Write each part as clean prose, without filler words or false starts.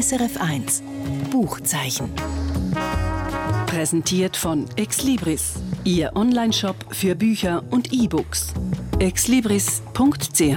SRF 1 Buchzeichen. Präsentiert von Exlibris, Ihr Onlineshop für Bücher und E-Books. exlibris.ch.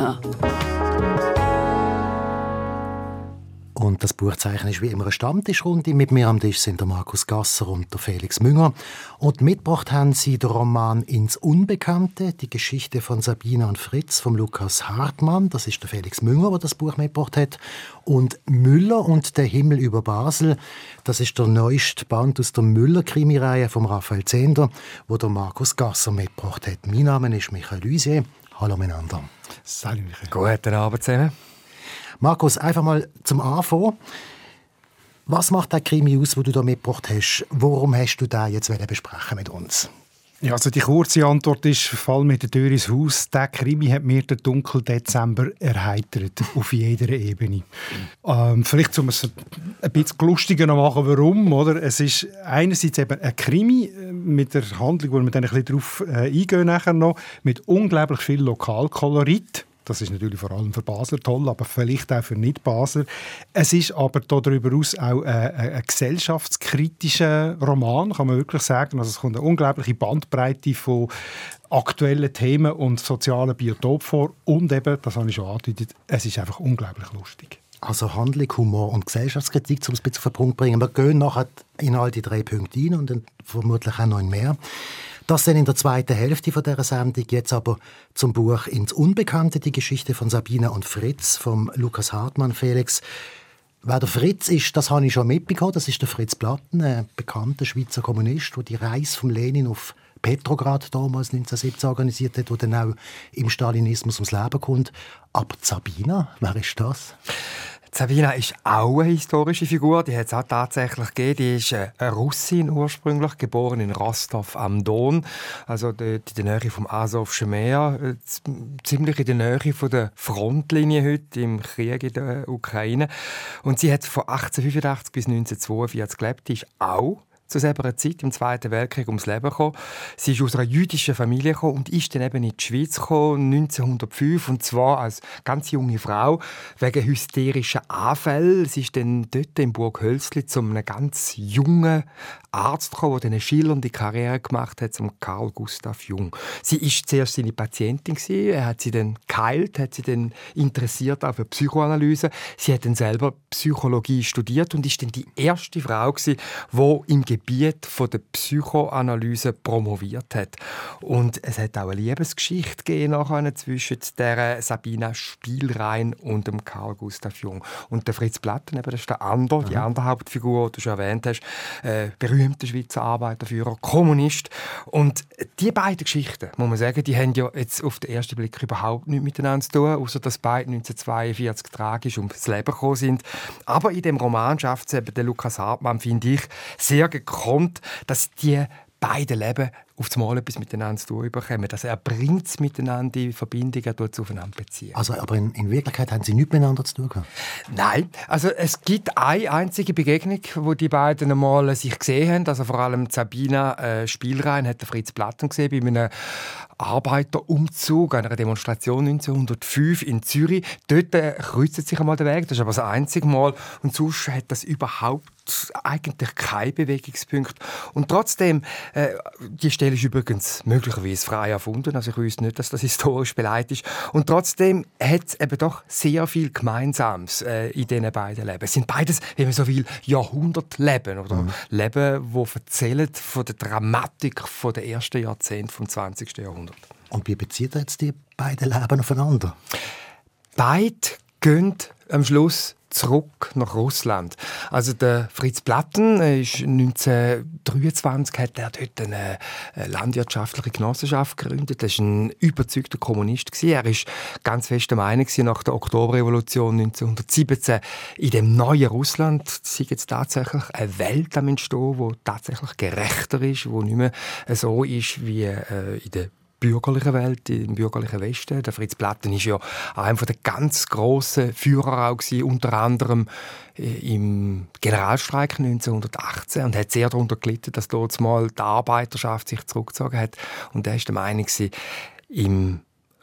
Und das Buchzeichen ist wie immer eine Stammtischrunde. Mit mir am Tisch sind der Markus Gasser und der Felix Münger. Und mitgebracht haben sie den Roman «Ins Unbekannte», die Geschichte von Sabina und Fritz, von Lukas Hartmann. Das ist der Felix Münger, der das Buch mitgebracht hat. Und «Müller und der Himmel über Basel», das ist der neueste Band aus der Müller-Krimireihe von Raphael Zehnder, wo der Markus Gasser mitgebracht hat. Mein Name ist Michael Luisier. Hallo miteinander. Salut Michael. Guten Abend zusammen. Markus, einfach mal zum Anfang. Was macht der Krimi aus, den du da mitgebracht hast? Warum hast du den jetzt besprechen mit uns? Ja, also die kurze Antwort ist, Fall mit der Tür ins Haus. Der Krimi hat mir den dunklen Dezember erheitert, auf jeder Ebene. Vielleicht, um es ein bisschen lustiger zu machen, warum? Oder? Es ist einerseits eben ein Krimi mit der Handlung, wo wir dann ein bisschen darauf eingehen nachher noch, mit unglaublich viel Lokalkolorit. Das ist natürlich vor allem für Basler toll, aber vielleicht auch für Nicht-Basler. Es ist aber darüber hinaus auch ein gesellschaftskritischer Roman, kann man wirklich sagen. Also es kommt eine unglaubliche Bandbreite von aktuellen Themen und sozialen Biotopen vor. Und eben, das habe ich schon angedeutet, es ist einfach unglaublich lustig. Also Handlung, Humor und Gesellschaftskritik, um es ein bisschen auf den Punkt zu bringen. Wir gehen nachher in all die 3 Punkte rein und dann vermutlich auch noch in mehr. Das dann in der zweiten Hälfte dieser Sendung. Jetzt aber zum Buch «Ins Unbekannte», die Geschichte von Sabina und Fritz, vom Lukas Hartmann. Felix, wer der Fritz ist, das habe ich schon mitbekommen. Das ist der Fritz Platten, ein bekannter Schweizer Kommunist, der die Reise von Lenin auf Petrograd damals 1917 organisiert hat, der dann auch im Stalinismus ums Leben kommt. Aber Sabina, wer ist das? Sabina ist auch eine historische Figur, die hat es auch tatsächlich gegeben. Die ist eine Russin ursprünglich, geboren in Rostov am Don, also dort in der Nähe vom Asowschen Meer, ziemlich in der Nähe von der Frontlinie heute im Krieg in der Ukraine. Und sie hat von 1885 bis 1942 gelebt, die ist auch zu selber Zeit im Zweiten Weltkrieg ums Leben gekommen. Sie ist aus einer jüdischen Familie gekommen und ist dann eben in die Schweiz gekommen, 1905, und zwar als ganz junge Frau wegen hysterischen Anfällen. Sie ist dann dort in Burg Hölzli zu einem ganz jungen Arzt gekommen, der eine schillernde Karriere gemacht hat, zum Carl Gustav Jung. Sie war zuerst seine Patientin gewesen. Er hat sie dann geheilt, hat sie dann interessiert auch für Psychoanalyse. Sie hat dann selber Psychologie studiert und ist dann die erste Frau gewesen, die im Gebiet von der Psychoanalyse promoviert hat. Und es hat auch eine Liebesgeschichte gegeben nachher zwischen der Sabina Spielrein und dem Carl Gustav Jung. Und der Fritz Platten, das ist der andere, die andere Hauptfigur, die du schon erwähnt hast, berühmter Schweizer Arbeiterführer, Kommunist. Und die beiden Geschichten, muss man sagen, die haben ja jetzt auf den ersten Blick überhaupt nichts miteinander zu tun, außer dass beide 1942 tragisch ums Leben gekommen sind. Aber in dem Roman schafft es eben der Lukas Hartmann, finde ich, sehr gekonnt, dass die beiden Leben auf das Mal etwas miteinander zu tun bekommen. Also er bringt es miteinander in Verbindung, er tut es aufeinander beziehen. Also, aber in Wirklichkeit haben sie nichts miteinander zu tun gehabt? Nein, also es gibt eine einzige Begegnung, wo die beiden einmal sich gesehen haben. Also vor allem Sabina Spielrein hat Fritz Platten gesehen bei einem Arbeiterumzug, einer Demonstration 1905 in Zürich. Dort kreuzt sich einmal der Weg, das ist aber das einzige Mal. Und sonst hat das überhaupt eigentlich kein Bewegungspunkt. Und trotzdem, die Stelle ist übrigens möglicherweise frei erfunden, also ich wüsste nicht, dass das historisch beleidigt ist. Und trotzdem hat es eben doch sehr viel Gemeinsames in diesen beiden Leben. Es sind beides, wie man so will, Jahrhundertleben oder Leben, die erzählen von der Dramatik der ersten Jahrzehnte des 20. Jahrhunderts. Und wie bezieht jetzt die beiden Leben aufeinander? Beide gehen am Schluss zurück nach Russland. Also der Fritz Platten ist 1923 hat er dort eine landwirtschaftliche Genossenschaft gegründet. Er war ein überzeugter Kommunist. Er war ganz fest der Meinung, nach der Oktoberrevolution 1917 in dem neuen Russland sei jetzt tatsächlich eine Welt am Entstehen, die tatsächlich gerechter ist, die nicht mehr so ist wie in der bürgerlichen Welt, im bürgerlichen Westen. Der Fritz Platten war ja einer der ganz grossen Führer auch gewesen, unter anderem im Generalstreik 1918 und hat sehr darunter gelitten, dass dort mal die Arbeiterschaft sich zurückgezogen hat. Und er war der Meinung, im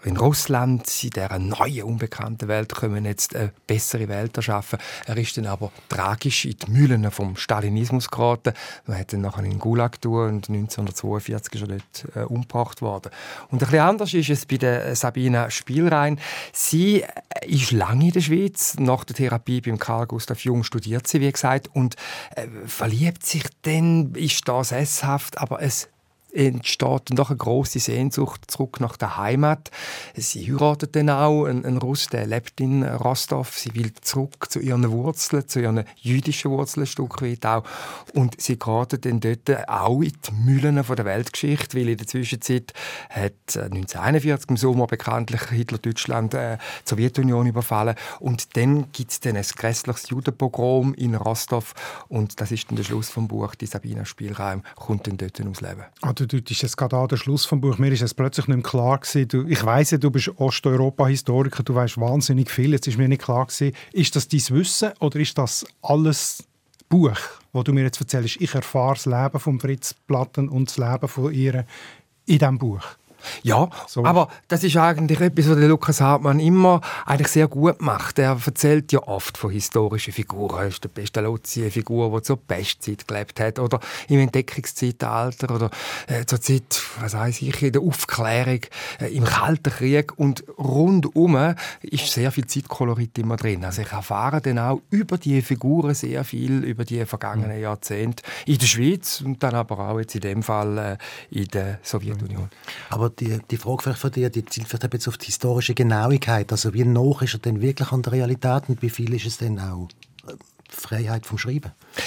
in Russland, in dieser neuen, unbekannten Welt, können wir jetzt eine bessere Welt erschaffen. Er ist dann aber tragisch in die Mühlen vom Stalinismus geraten. Man hat ihn nachher in den Gulag getan und 1942 ist er dort umgebracht worden. Und ein bisschen anders ist es bei der Sabina Spielrein. Sie ist lange in der Schweiz. Nach der Therapie beim Carl Gustav Jung studiert sie, wie gesagt, und verliebt sich dann, ist da sesshaft, aber es entsteht dann doch eine grosse Sehnsucht zurück nach der Heimat. Sie heiratet dann auch einen Russ, der lebt in Rostov. Sie will zurück zu ihren Wurzeln, zu ihren jüdischen Wurzeln ein Stück weit auch. Und sie geraten dann dort auch in die Mühlen von der Weltgeschichte, weil in der Zwischenzeit hat 1941 im Sommer bekanntlich Hitler Deutschland die Sowjetunion überfallen. Und dann gibt es dann ein grässliches Judenpogrom in Rostov. Und das ist dann der Schluss vom Buch. Die Sabina Spielrein kommt dann dort ums Leben. Du deutest jetzt gerade an den Schluss vom Buch. Mir ist es plötzlich nicht mehr klar gewesen. Ich weiss ja, du bist Osteuropa-Historiker, du weißt wahnsinnig viel. Jetzt ist mir nicht klar gewesen, ist das dein Wissen oder ist das alles Buch, das du mir jetzt erzählst? Ich erfahre das Leben von Fritz Platten und das Leben von ihr in diesem Buch. Ja, so. Aber das ist eigentlich etwas, was der Lukas Hartmann immer eigentlich sehr gut macht. Er erzählt ja oft von historischen Figuren. Er ist der Pestalozzi, eine Figur, die zur Pestzeit gelebt hat oder im Entdeckungszeitalter oder zur Zeit, was weiss ich, in der Aufklärung, im Kalten Krieg. Und rundum ist sehr viel Zeitkolorit immer drin. Also ich erfahre dann auch über die Figuren sehr viel, über die vergangenen Jahrzehnte in der Schweiz und dann aber auch jetzt in dem Fall in der Sowjetunion. Aber die Frage vielleicht von dir, die zielt vielleicht ein bisschen auf die historische Genauigkeit. Also wie nah ist er denn wirklich an der Realität und wie viel ist es denn auch Freiheit vom Schreiben?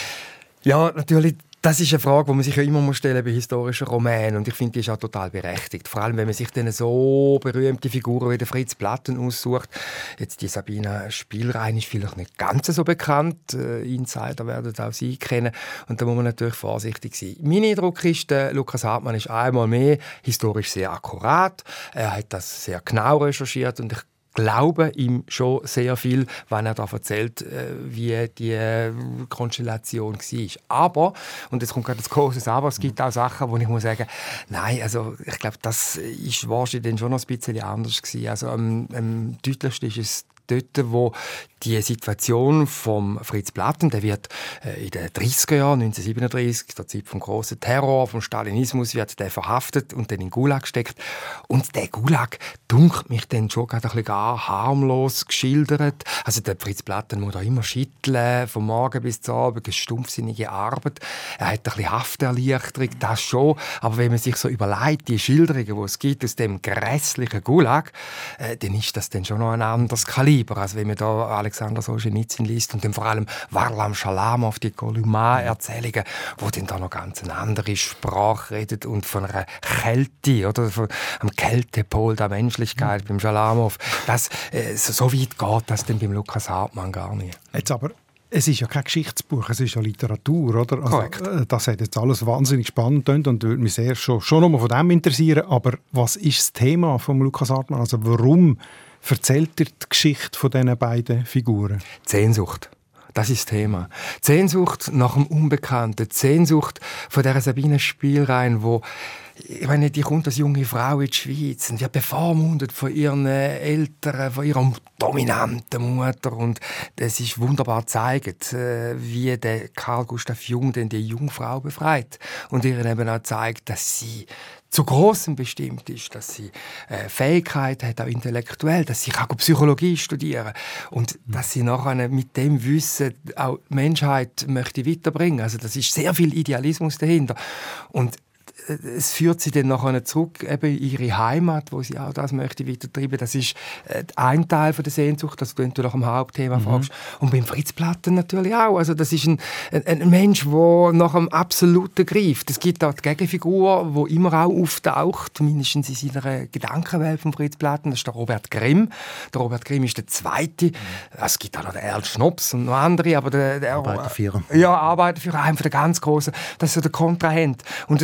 Ja, natürlich. Das ist eine Frage, die man sich ja immer stellen bei historischen Romanen. Und ich finde, die ist auch total berechtigt. Vor allem, wenn man sich dann so berühmte Figuren wie der Fritz Platten aussucht. Jetzt die Sabina Spielrein ist vielleicht nicht ganz so bekannt. Insider werden auch sie kennen. Und da muss man natürlich vorsichtig sein. Mein Eindruck ist, Lukas Hartmann ist einmal mehr historisch sehr akkurat. Er hat das sehr genau recherchiert und ich glaube ihm schon sehr viel, wenn er da erzählt, wie die Konstellation war. Aber, und jetzt kommt gerade das große Aber, es gibt auch Sachen, wo ich muss sagen, nein, also ich glaube, das ist wahrscheinlich dann schon noch ein bisschen anders gewesen. Also am deutlichsten ist es dort, wo die Situation von Fritz Platten, der wird in den 30er Jahren, 1937, der Zeit vom grossen Terror, vom Stalinismus, wird der verhaftet und dann in den Gulag gesteckt. Und der Gulag dunkelt mich dann schon gerade ein bisschen gar harmlos geschildert. Also der Fritz Platten muss da immer schütteln, vom Morgen bis zum Abend, eine stumpfsinnige Arbeit. Er hat ein bisschen Hafterleichterung, das schon. Aber wenn man sich so überlegt, die Schilderungen, die es gibt aus dem grässlichen Gulag, dann ist das dann schon noch ein anderes Kaliber. Also wenn man da Alexander Solzhenitsyn liest und dann vor allem Warlam Schalamow, die Kolyma-Erzählungen, wo dann da noch ganz eine andere Sprache redet und von einer Kälte, oder von einem Kältepol der Menschlichkeit beim Schalamow. Das, so weit geht das dann beim Lukas Hartmann gar nicht. Jetzt aber, es ist ja kein Geschichtsbuch, es ist ja Literatur, oder? Also, das hat jetzt alles wahnsinnig spannend und würde mich sehr schon noch mal von dem interessieren. Aber was ist das Thema von Lukas Hartmann? Also warum erzählt er die Geschichte von diesen beiden Figuren? Die Sehnsucht. Das ist das Thema. Die Sehnsucht nach dem Unbekannten. Die Sehnsucht von dieser Sabina Spielrein, wo ich meine, die kommt als junge Frau in die Schweiz und wird bevormundet von ihren Eltern, von ihrer dominanten Mutter. Und das ist wunderbar gezeigt, wie der Carl Gustav Jung denn die Jungfrau befreit und ihr eben auch zeigt, dass sie zu Grossem bestimmt ist, dass sie Fähigkeit hat, auch intellektuell, dass sie auch Psychologie studieren und dass sie nachher mit dem Wissen auch die Menschheit möchte weiterbringen. Also das ist sehr viel Idealismus dahinter. Und es führt sie dann nachher zurück eben in ihre Heimat, wo sie auch das möchte weitertreiben. Das ist ein Teil von der Sehnsucht, dass du nach dem Hauptthema fragst. Und beim Fritz Platten natürlich auch. Also das ist ein Mensch, der nach dem Absoluten greift. Es gibt auch die Gegenfigur, die immer auch auftaucht, mindestens in seiner Gedankenwelt von Fritz Platten. Das ist der Robert Grimm. Der Robert Grimm ist der Zweite. Es gibt auch noch den Ernst Schnops und noch andere, aber der Arbeiterführer. Ja, Arbeiterführer, einer der ganz Großen. Das ist so der Kontrahent. Und es gibt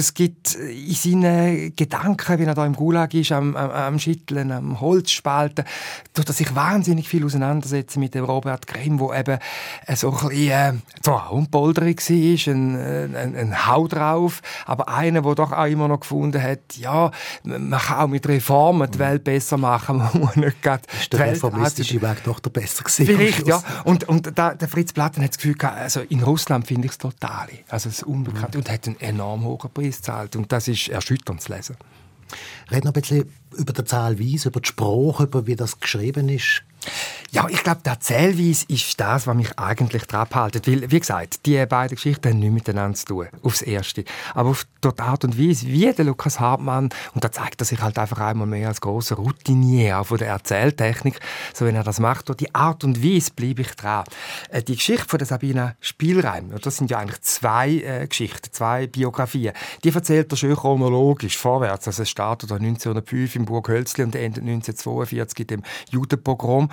und in seinen Gedanken, wie er da im Gulag ist, am Schütteln, am Holzspalten, tut er sich wahnsinnig viel auseinandersetzen mit dem Robert Grimm, der eben so ein bisschen, zwar auch ein Polderig war, ein Hau drauf, aber einer, der doch auch immer noch gefunden hat, ja, man kann auch mit Reformen die Welt besser machen, man muss nicht gerade ist der reformistische Weg doch der besser gewesen? Vielleicht, ja. Und der Fritz Platten hat das Gefühl gehabt, also in Russland finde ich es total, also das Unbekannte, und hat einen enorm hohen Preis gezahlt. Und das ist erschütternd zu lesen. Red noch ein bisschen über die Erzählweise, über die Sprache, über wie das geschrieben ist. Ja, ich glaube, die Erzählweise ist das, was mich eigentlich daran hält. Weil, wie gesagt, die beiden Geschichten haben nichts miteinander zu tun, aufs Erste. Aber auf die Art und Weise, wie der Lukas Hartmann, und da zeigt er sich halt einfach einmal mehr als grosser Routinier auch von der Erzähltechnik, so wenn er das macht, durch die Art und Weise bleibe ich dran. Die Geschichte von der Sabina Spielreim, das sind ja eigentlich zwei Geschichten, zwei Biografien, die erzählt er schön chronologisch vorwärts. Also es startet 1905 in Burghölzli und endet 1942 in dem Judenpogrom.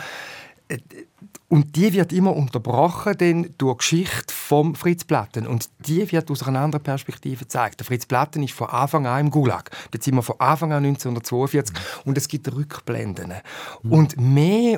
Und die wird immer unterbrochen denn durch Geschichte von Fritz Platten. Und die wird aus einer anderen Perspektive gezeigt. Der Fritz Platten ist von Anfang an im Gulag. Jetzt sind wir von Anfang an 1942 und es gibt Rückblenden. Und mehr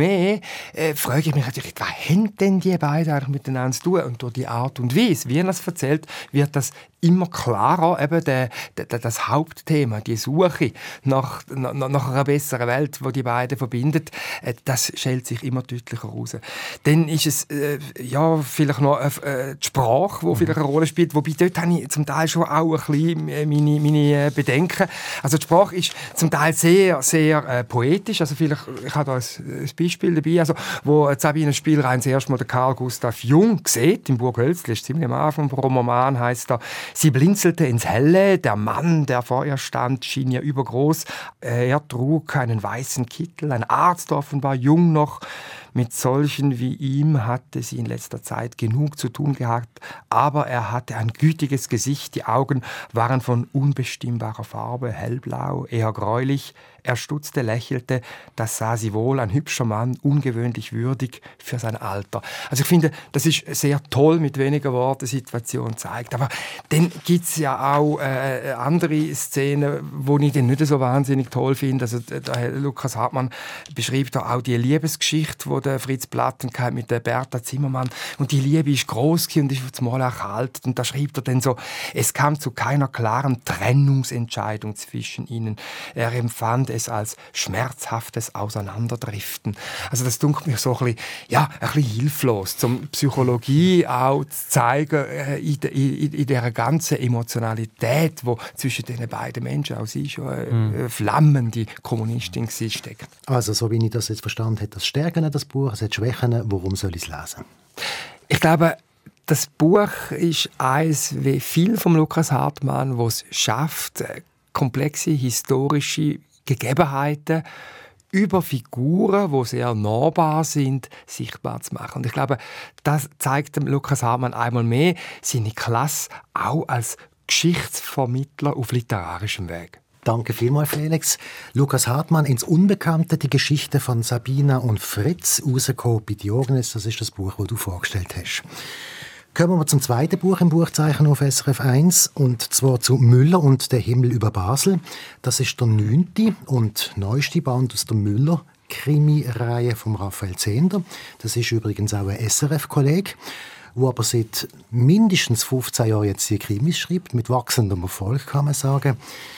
frage ich mich natürlich, was haben denn die beiden eigentlich miteinander zu tun? Und durch die Art und Weise, wie er das erzählt, wird das immer klarer, eben das Hauptthema, die Suche nach einer besseren Welt, die die beiden verbindet, das stellt sich immer deutlicher raus. Dann ist es vielleicht noch die Sprache, die vielleicht eine Rolle spielt, wobei dort habe ich zum Teil schon auch ein bisschen meine Bedenken. Also die Sprache ist zum Teil sehr, sehr poetisch. Also vielleicht, ich habe da ein Beispiel dabei, also, wo Sabina Spielreim das erste Mal den Carl Gustav Jung sieht, im Burghölzli, ist ziemlich am Anfang vom Roman, heisst da, sie blinzelte ins Helle, der Mann, der vor ihr stand, schien ihr übergroß. Er trug einen weißen Kittel, ein Arzt offenbar, jung noch. Mit solchen wie ihm hatte sie in letzter Zeit genug zu tun gehabt, aber er hatte ein gütiges Gesicht, die Augen waren von unbestimmbarer Farbe, hellblau, eher gräulich. Er stutzte, lächelte, das sah sie wohl, ein hübscher Mann, ungewöhnlich würdig für sein Alter. Also ich finde, das ist sehr toll, mit weniger Worten die Situation zeigt. Aber dann gibt es ja auch andere Szenen, die ich dann nicht so wahnsinnig toll finde. Also der Lukas Hartmann beschreibt da auch die Liebesgeschichte, die der Fritz Platten hatte mit der Bertha Zimmermann. Und die Liebe ist gross und ist zumal erkaltet. Und da schreibt er dann so, es kam zu keiner klaren Trennungsentscheidung zwischen ihnen. Er empfand es als schmerzhaftes Auseinanderdriften. Also das dunkelt mich so ein bisschen hilflos, um Psychologie auch zu zeigen in dieser ganzen Emotionalität, die zwischen den beiden Menschen, auch sie schon eine flammende Kommunistin war, steckt. Also so wie ich das jetzt verstanden habe, das Stärken das Buch, es hat Schwächen, warum soll ich es lesen? Ich glaube, das Buch ist eins wie viel vom Lukas Hartmann, wo es schafft, komplexe historische Gegebenheiten über Figuren, die sehr nahbar sind, sichtbar zu machen. Und ich glaube, das zeigt dem Lukas Hartmann einmal mehr seine Klasse auch als Geschichtsvermittler auf literarischem Weg. Danke vielmals, Felix. Lukas Hartmann, ins Unbekannte, die Geschichte von Sabina und Fritz, rausgekommen bei Diogenes. Das ist das Buch, das du vorgestellt hast. Kommen wir zum zweiten Buch im Buchzeichen auf SRF 1, und zwar zu Müller und der Himmel über Basel. Das ist der 9. und neueste Band aus der Müller-Krimi-Reihe von Raphael Zehnder. Das ist übrigens auch ein SRF-Kollege, der aber seit mindestens 15 Jahren jetzt die Krimis schreibt, mit wachsendem Erfolg, kann man sagen.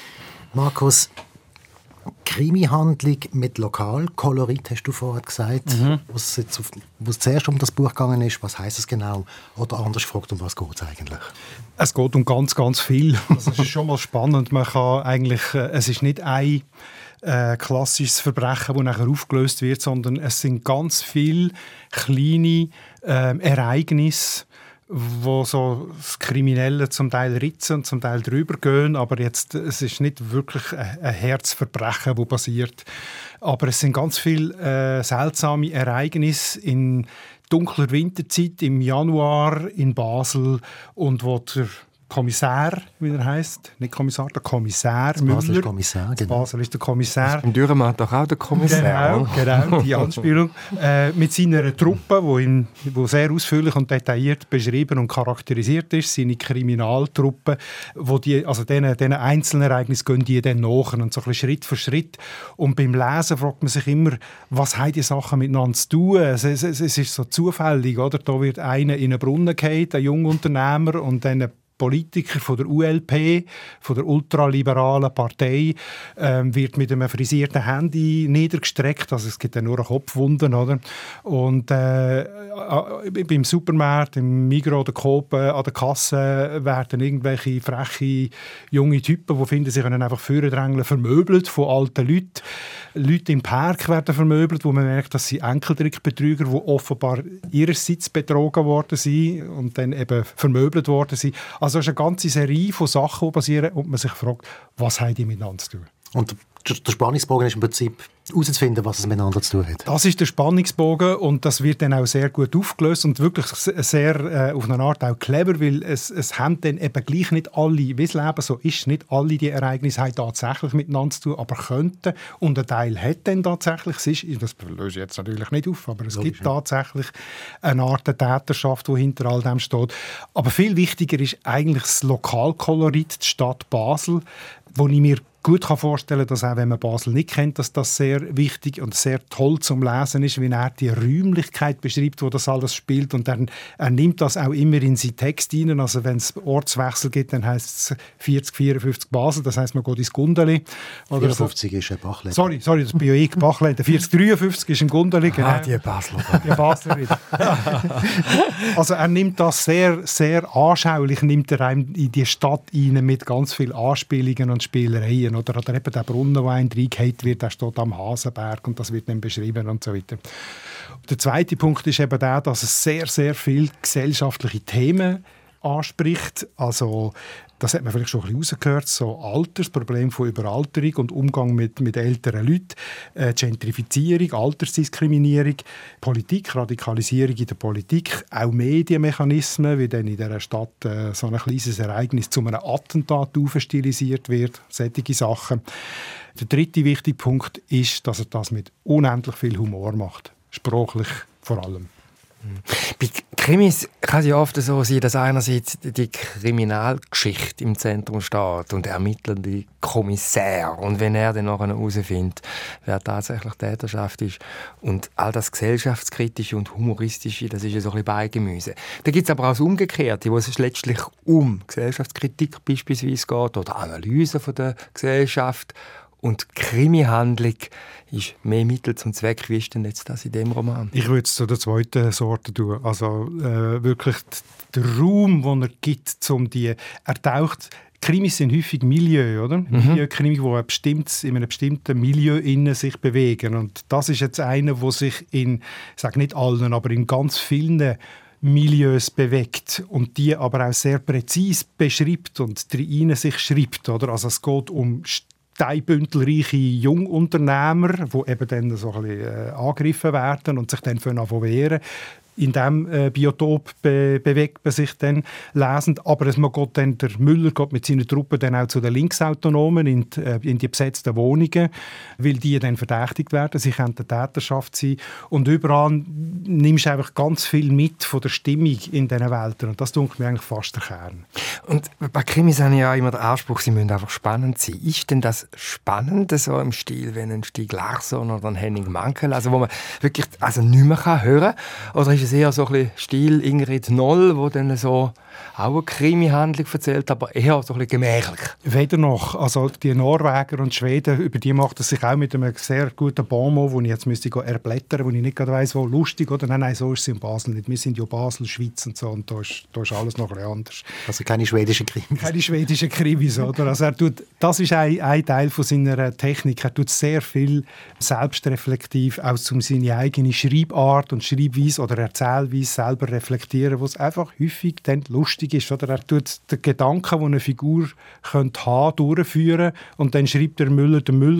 Markus, Krimi-Handlung mit Lokalkolorit, hast du vorher gesagt, wo es zuerst um das Buch gegangen ist. Was heisst es genau? Oder anders gefragt, um was geht es eigentlich? Es geht um ganz, ganz viel. Das ist schon mal spannend. Man kann eigentlich, es ist nicht ein klassisches Verbrechen, das nachher aufgelöst wird, sondern es sind ganz viele kleine Ereignisse, wo so das Kriminelle zum Teil ritzen und zum Teil drüber gehen, aber jetzt, es ist nicht wirklich ein Herzverbrechen, das passiert. Aber es sind ganz viele seltsame Ereignisse in dunkler Winterzeit im Januar in Basel, und wo der Kommissär, wie er heisst. Nicht Kommissar, der Kommissär Müller. Basel ist Kommissar, genau. Basel ist der Kommissär. Im Dürrenmatt doch auch der Kommissar. Genau, die Anspielung. Mit seiner Truppe, die sehr ausführlich und detailliert beschrieben und charakterisiert ist, seine Kriminaltruppe, wo diesen Einzelereignissen gehen die dann nach und so ein bisschen Schritt für Schritt. Und beim Lesen fragt man sich immer, was haben die Sachen miteinander zu tun? Es ist so zufällig, oder? Da wird einer in einen Brunnen gefallen, ein Jungunternehmer, und dann Politiker von der ULP, von der ultraliberalen Partei, wird mit einem frisierten Handy niedergestreckt. Also es gibt ja nur Kopfwunden, oder? Und beim Supermarkt, im Migros oder Coop, an der Kasse werden irgendwelche freche junge Typen, die finden, sie können einfach vordrängeln, vermöbelt von alten Leuten. Leute im Park werden vermöbelt, wo man merkt, dass sie Enkeltrickbetrüger, die offenbar ihrerseits betrogen worden sind und dann eben vermöbelt worden sind. Also es ist eine ganze Serie von Sachen, die passieren, und man sich fragt, was haben die miteinander zu tun? Und der Spannungsbogen ist im Prinzip herauszufinden, was es miteinander zu tun hat. Das ist der Spannungsbogen, und das wird dann auch sehr gut aufgelöst und wirklich sehr auf eine Art auch clever, weil es haben dann eben gleich nicht alle, wie das Leben so ist, nicht alle die Ereignisse haben tatsächlich miteinander zu tun, aber könnten, und ein Teil hat dann tatsächlich, das löse ich jetzt natürlich nicht auf, aber es gibt tatsächlich eine Art der Täterschaft, die hinter all dem steht. Aber viel wichtiger ist eigentlich das Lokalkolorit, die Stadt Basel, wo ich mir gut vorstellen kann, dass auch wenn man Basel nicht kennt, dass das sehr wichtig und sehr toll zum Lesen ist, wie er die Räumlichkeit beschreibt, wo das alles spielt, und er nimmt das auch immer in seinen Text hinein. Also wenn es Ortswechsel gibt, dann heisst es 40, 54 Basel, das heisst, man geht ins Gundeli. 54 so. Ist ein Bachleben. Sorry, das bin ja ich, Bachleben. 40, 53 ist ein Gundeli. Genau. Die Basler. Die Basler wieder. Also er nimmt das sehr, sehr anschaulich, nimmt er einem in die Stadt rein mit ganz vielen Anspielungen und Spielereien. Oder eben der Brunnen, der einen reingehalten wird, der steht am Hasenberg, und das wird dann beschrieben und so weiter. Der zweite Punkt ist eben der, dass es sehr, sehr viele gesellschaftliche Themen anspricht. Also das hat man vielleicht schon ein bisschen rausgehört, so Altersproblem von Überalterung und Umgang mit älteren Leuten, Gentrifizierung, Altersdiskriminierung, Politik, Radikalisierung in der Politik, auch Medienmechanismen, wie dann in dieser Stadt so ein kleines Ereignis zu einem Attentat aufstilisiert wird, solche Sachen. Der dritte wichtige Punkt ist, dass er das mit unendlich viel Humor macht, sprachlich vor allem. Bei Krimis kann es ja oft so sein, dass einerseits die Kriminalgeschichte im Zentrum steht und der ermittelnde Kommissär. Und wenn er dann nachher herausfindet, wer tatsächlich Täterschaft ist, und all das Gesellschaftskritische und Humoristische, das ist ja so ein bisschen Beigemüse. Da gibt es aber auch das Umgekehrte, wo es letztlich um Gesellschaftskritik beispielsweise geht oder Analyse von der Gesellschaft. Und die Krimi-Handlung ist mehr Mittel zum Zweck. Wie ist denn jetzt das in diesem Roman? Ich würde es zu der zweiten Sorte tun. Also wirklich der Raum, den er gibt, um die... Er taucht... Krimis sind häufig Milieu, oder? Milieu-Krimis, die in einem bestimmten Milieu innen sich bewegen. Und das ist jetzt einer, der sich in, ich sage nicht allen, aber in ganz vielen Milieus bewegt und die aber auch sehr präzise beschreibt und drin sich schreibt, oder? Also es geht um steinbündelreiche Jungunternehmer, die eben dann so ein bisschen angegriffen werden und sich dann wehren. In diesem Biotop bewegt man sich dann lesend. Aber der Müller geht mit seinen Truppen dann auch zu den Linksautonomen in die besetzten Wohnungen, weil die dann verdächtigt werden. Sie können eine Täterschaft sein. Und überall nimmst du einfach ganz viel mit von der Stimmung in diesen Welten. Und das dunkelt mir eigentlich fast der Kern. Und bei Krimis haben ja immer den Anspruch, sie müssen einfach spannend sein. Ist denn das Spannende so im Stil, wenn ein Stieg Larsson oder ein Henning Mankell, also wo man wirklich nicht mehr hören kann? Oder ist es eher so ein bisschen Stil Ingrid Noll, wo dann so auch eine Krimi-Handlung erzählt, aber eher so ein bisschen gemächlich? Weder noch. Also die Norweger und Schweden, über die macht es sich auch mit einem sehr guten Bonmot, wo ich jetzt müsste erblättern, wo ich nicht weiss, wo lustig oder nein, so ist es in Basel nicht. Wir sind ja Basel, Schweiz und so, und da ist alles noch ein bisschen anders. Also keine schwedischen Krimis. Keine schwedischen Krimis, oder? Also das ist ein Teil von seiner Technik. Er tut sehr viel selbstreflektiv auch um seine eigene Schreibart und Schreibweise oder Erzählweise selber reflektieren, was einfach häufig dann lustig ist. Oder er tut den Gedanken, den eine Figur könnte haben, durchführen, und dann schreibt der Müller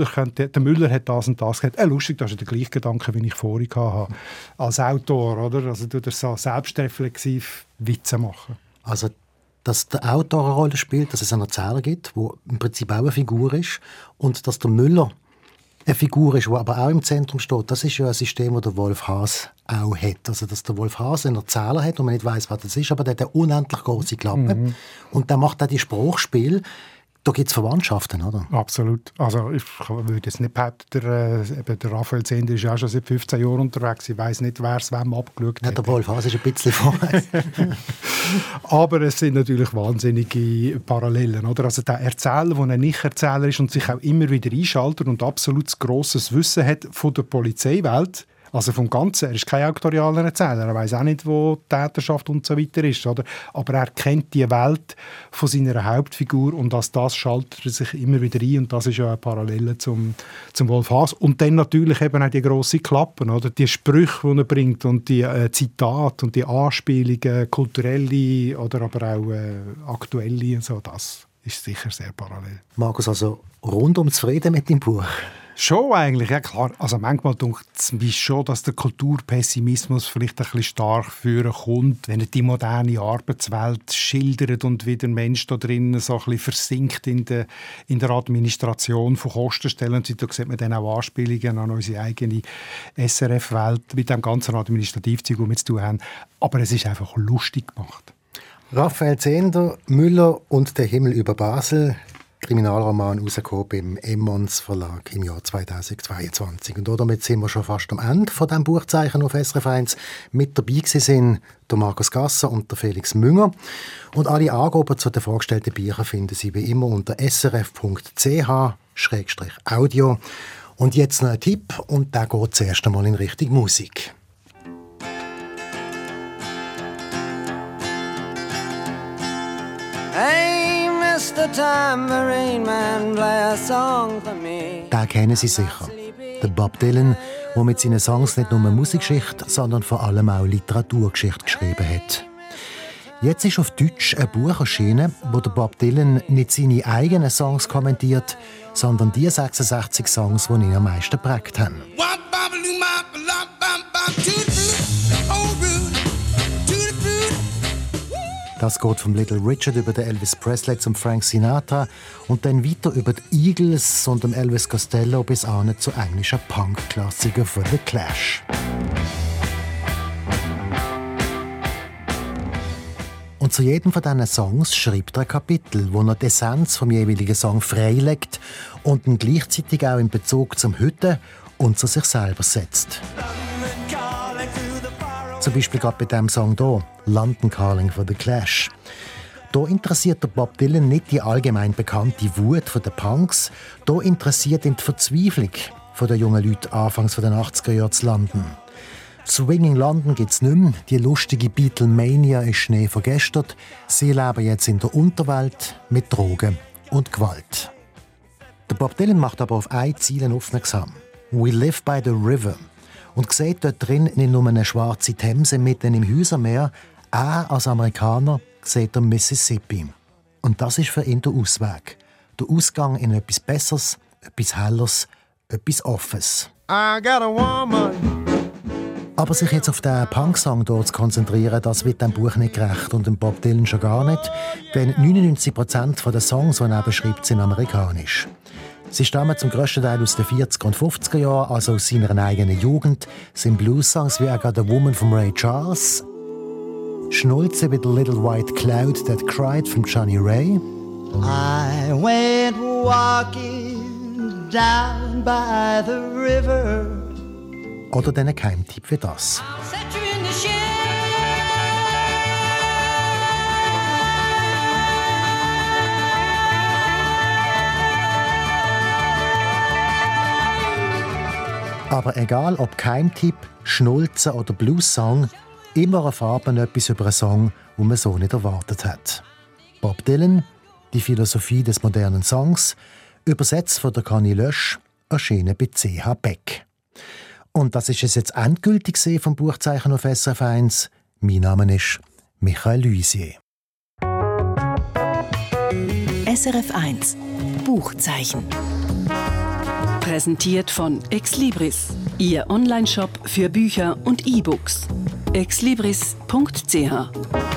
hat das und das gehabt. Lustig, das ist der gleiche Gedanke, wie ich vorhin hatte, als Autor. Oder? Also tut er so selbstreflexiv Witze machen. Also dass der Autor eine Rolle spielt, dass es einen Erzähler gibt, der im Prinzip auch eine Figur ist und dass der Müller eine Figur ist, die aber auch im Zentrum steht. Das ist ja ein System, das der Wolf Haas auch hat. Also, dass der Wolf Haas einen Erzähler hat und man nicht weiss, was das ist, aber der hat eine unendlich große Klappe. Und der macht auch die Spruchspiele. Da gibt es Verwandtschaften, oder? Absolut. Also ich würde jetzt nicht behaupten, der Raphael Zehnder ist ja auch schon seit 15 Jahren unterwegs. Ich weiss nicht, wer es wem abgeschaut hat. Ja, der Wolf Haas ist ein bisschen vorher. Aber es sind natürlich wahnsinnige Parallelen. Oder? Also der Erzähler, der ein Nicht-Erzähler ist und sich auch immer wieder einschaltet und absolut grosses Wissen hat von der Polizeiwelt, also vom Ganzen. Er ist kein autorialer Erzähler. Er weiss auch nicht, wo die Täterschaft und so weiter ist. Oder? Aber er kennt die Welt von seiner Hauptfigur und als das schaltet er sich immer wieder ein. Und das ist ja eine Parallele zum Wolf Haas. Und dann natürlich eben auch die grossen Klappen, oder? Die Sprüche, die er bringt und die Zitate und die Anspielungen, kulturelle oder aber auch aktuelle. Und so. Das ist sicher sehr parallel. Markus, also rundum zufrieden mit dem Buch? Schon eigentlich, ja klar. Also manchmal denke ich schon, dass der Kulturpessimismus vielleicht ein bisschen stark vorkommt, wenn er die moderne Arbeitswelt schildert und wie der Mensch da drinnen so ein bisschen versinkt in der Administration von Kostenstellen. Und da sieht man dann auch Anspielungen an unsere eigene SRF-Welt mit dem ganzen Administrativzeug, das wir zu tun haben. Aber es ist einfach lustig gemacht. Raphael Zehnder, Müller und der Himmel über Basel. Kriminalroman rausgekommen beim Emmons Verlag im Jahr 2022. Und damit sind wir schon fast am Ende von diesem Buchzeichen auf SRF 1. Mit dabei sind der Markus Gasser und der Felix Münger. Und alle Angaben zu den vorgestellten Büchern finden Sie wie immer unter srf.ch/audio. Und jetzt noch ein Tipp, und der geht zuerst einmal in Richtung Musik. Den kennen Sie sicher. Der Bob Dylan, der mit seinen Songs nicht nur Musikgeschichte, sondern vor allem auch Literaturgeschichte geschrieben hat. Jetzt ist auf Deutsch ein Buch erschienen, wo der Bob Dylan nicht seine eigenen Songs kommentiert, sondern die 66 Songs, die ihn am meisten geprägt haben. Das geht vom Little Richard über den Elvis Presley zum Frank Sinatra und dann weiter über die Eagles und dem Elvis Costello bis an zu englischen Punk-Klassiker von The Clash. Und zu jedem von diesen Songs schreibt er ein Kapitel, wo er die Essenz vom jeweiligen Song freilegt und ihn gleichzeitig auch in Bezug zum Heute und zu sich selber setzt. Zum Beispiel gerade bei diesem Song hier, «London Calling» von The Clash. Hier interessiert der Bob Dylan nicht die allgemein bekannte Wut der Punks, hier interessiert ihn die Verzweiflung der jungen Leute anfangs der 80er Jahre zu London. Swinging London gibt es nicht mehr, die lustige Beatlemania ist Schnee vergestern, sie leben jetzt in der Unterwelt mit Drogen und Gewalt. Der Bob Dylan macht aber auf ein Ziel aufmerksam. «We live by the river». Und sieht dort drin nicht nur eine schwarze Themse mitten im Häusermeer, auch als Amerikaner sieht er Mississippi. Und das ist für ihn der Ausweg. Der Ausgang in etwas Besseres, etwas Helleres, etwas Offenes. Aber sich jetzt auf den Punk-Song dort zu konzentrieren, das wird dem Buch nicht gerecht und dem Bob Dylan schon gar nicht, denn 99% der Songs, die er beschreibt, sind amerikanisch. Sie stammen zum grössten Teil aus den 40er und 50er Jahren, also aus seiner eigenen Jugend, sind Blues-Songs wie «I Got a Woman» von Ray Charles, «Schnulze with a Little White Cloud That Cried» von Johnny Ray. I went walking down by the river. Oder den Geheimtipp wie das. Aber egal ob Keimtipp, Schnulze oder Blues-Song, immer erfahrt man etwas über einen Song, den man so nicht erwartet hat. Bob Dylan, die Philosophie des modernen Songs, übersetzt von der Conny Lösch, erschienen bei CH Beck. Und das ist es jetzt endgültig vom Buchzeichen auf SRF 1. Mein Name ist Michael Luisier. SRF 1 Buchzeichen. Präsentiert von Exlibris, Ihr Onlineshop für Bücher und E-Books. exlibris.ch